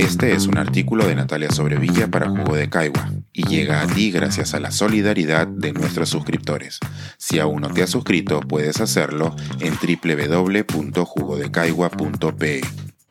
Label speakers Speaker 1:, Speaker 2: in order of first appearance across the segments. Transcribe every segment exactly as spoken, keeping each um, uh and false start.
Speaker 1: Este es un artículo de Natalia Sobrevilla para Jugo de Caigua y llega a ti gracias a la solidaridad de nuestros suscriptores. Si aún no te has suscrito, puedes hacerlo en doble u doble u doble u punto jugo de caigua punto pe.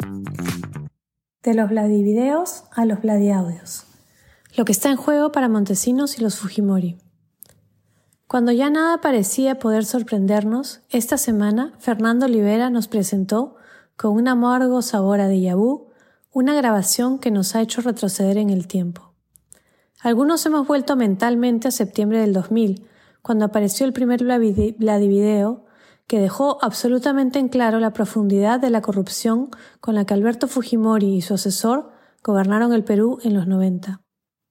Speaker 2: De los Vladivideos a los Vladiaudios. Lo que está en juego para Montesinos y los Fujimori. Cuando ya nada parecía poder sorprendernos, esta semana Fernando Olivera nos presentó, con un amargo sabor a déjà vu, una grabación que nos ha hecho retroceder en el tiempo. Algunos hemos vuelto mentalmente a septiembre del dos mil, cuando apareció el primer Vladivideo que dejó absolutamente en claro la profundidad de la corrupción con la que Alberto Fujimori y su asesor gobernaron el Perú en los noventa.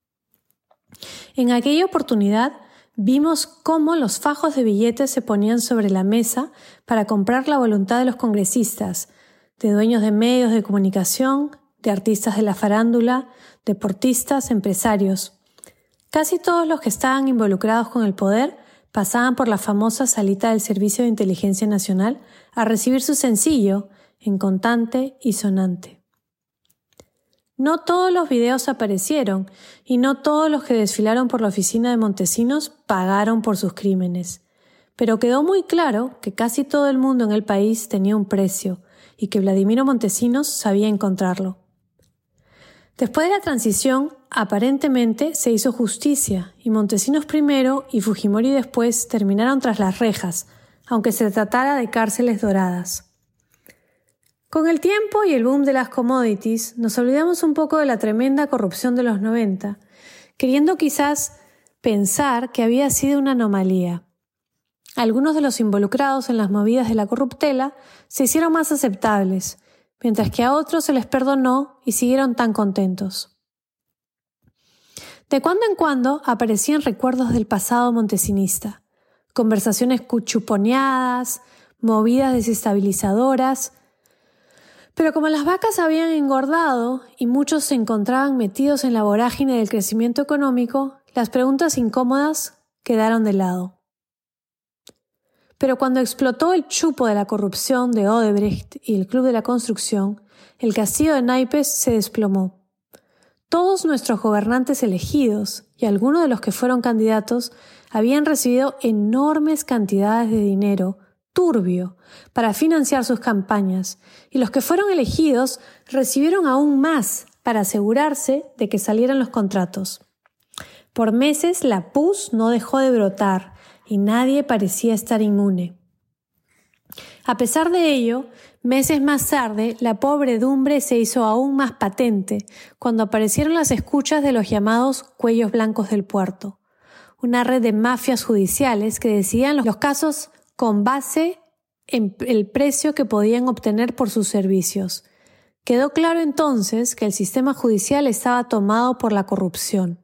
Speaker 2: En aquella oportunidad vimos cómo los fajos de billetes se ponían sobre la mesa para comprar la voluntad de los congresistas, de dueños de medios de comunicación, de artistas de la farándula, deportistas, empresarios. Casi todos los que estaban involucrados con el poder pasaban por la famosa salita del Servicio de Inteligencia Nacional a recibir su sencillo en contante y sonante. No todos los videos aparecieron y no todos los que desfilaron por la oficina de Montesinos pagaron por sus crímenes, pero quedó muy claro que casi todo el mundo en el país tenía un precio y que Vladimiro Montesinos sabía encontrarlo. Después de la transición, aparentemente se hizo justicia y Montesinos primero y Fujimori después terminaron tras las rejas, aunque se tratara de cárceles doradas. Con el tiempo y el boom de las commodities, nos olvidamos un poco de la tremenda corrupción de los noventa, queriendo quizás pensar que había sido una anomalía. Algunos de los involucrados en las movidas de la corruptela se hicieron más aceptables, mientras que a otros se les perdonó y siguieron tan contentos. De cuando en cuando aparecían recuerdos del pasado montesinista, conversaciones cuchuponeadas, movidas desestabilizadoras, pero como las vacas habían engordado y muchos se encontraban metidos en la vorágine del crecimiento económico, las preguntas incómodas quedaron de lado. Pero cuando explotó el chupo de la corrupción de Odebrecht y el Club de la Construcción, el castillo de naipes se desplomó. Todos nuestros gobernantes elegidos y algunos de los que fueron candidatos habían recibido enormes cantidades de dinero turbio para financiar sus campañas, y los que fueron elegidos recibieron aún más para asegurarse de que salieran los contratos. Por meses la pus no dejó de brotar y nadie parecía estar inmune. A pesar de ello, meses más tarde, la pobredumbre se hizo aún más patente cuando aparecieron las escuchas de los llamados cuellos blancos del puerto, una red de mafias judiciales que decidían los casos con base en el precio que podían obtener por sus servicios. Quedó claro entonces que el sistema judicial estaba tomado por la corrupción.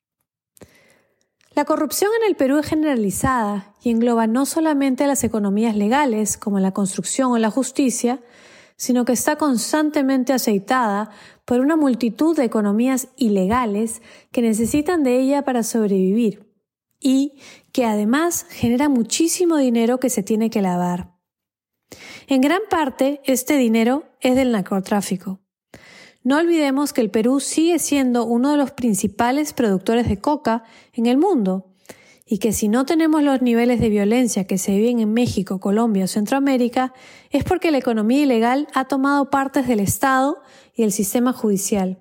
Speaker 2: La corrupción en el Perú es generalizada y engloba no solamente las economías legales, como la construcción o la justicia, sino que está constantemente aceitada por una multitud de economías ilegales que necesitan de ella para sobrevivir y que además genera muchísimo dinero que se tiene que lavar. En gran parte, este dinero es del narcotráfico. No olvidemos que el Perú sigue siendo uno de los principales productores de coca en el mundo y que si no tenemos los niveles de violencia que se viven en México, Colombia o Centroamérica es porque la economía ilegal ha tomado partes del Estado y del sistema judicial.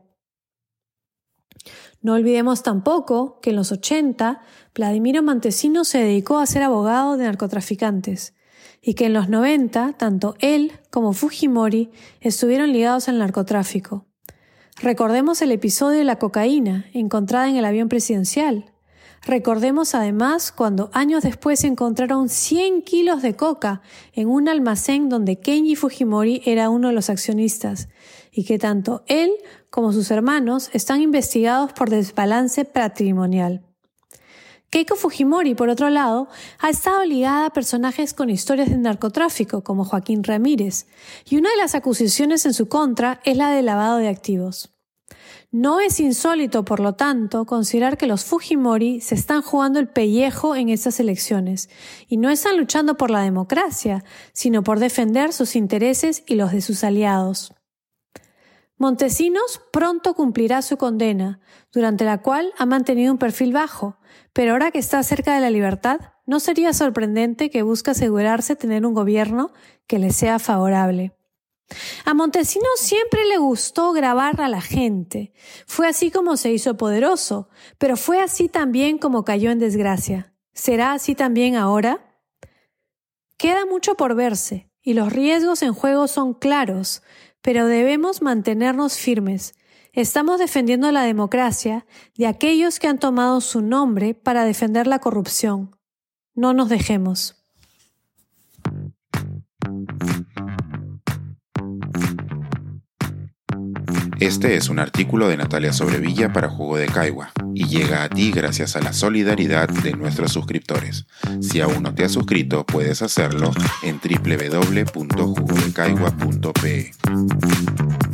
Speaker 2: No olvidemos tampoco que en los ochenta Vladimiro Montesinos se dedicó a ser abogado de narcotraficantes y que en los noventa tanto él como Fujimori estuvieron ligados al narcotráfico. Recordemos el episodio de la cocaína encontrada en el avión presidencial. Recordemos además cuando años después se encontraron cien kilos de coca en un almacén donde Kenji Fujimori era uno de los accionistas y que tanto él como sus hermanos están investigados por desbalance patrimonial. Keiko Fujimori, por otro lado, ha estado ligada a personajes con historias de narcotráfico como Joaquín Ramírez, y una de las acusaciones en su contra es la de lavado de activos. No es insólito, por lo tanto, considerar que los Fujimori se están jugando el pellejo en estas elecciones y no están luchando por la democracia, sino por defender sus intereses y los de sus aliados. Montesinos pronto cumplirá su condena, durante la cual ha mantenido un perfil bajo, pero ahora que está cerca de la libertad, no sería sorprendente que busque asegurarse tener un gobierno que le sea favorable. A Montesinos siempre le gustó grabar a la gente. Fue así como se hizo poderoso, pero fue así también como cayó en desgracia. ¿Será así también ahora? Queda mucho por verse, y los riesgos en juego son claros, pero debemos mantenernos firmes. Estamos defendiendo la democracia de aquellos que han tomado su nombre para defender la corrupción. No nos dejemos.
Speaker 1: Este es un artículo de Natalia Sobrevilla para Jugo de Caigua y llega a ti gracias a la solidaridad de nuestros suscriptores. Si aún no te has suscrito, puedes hacerlo en doble u doble u doble u punto jugo de caigua punto pe e.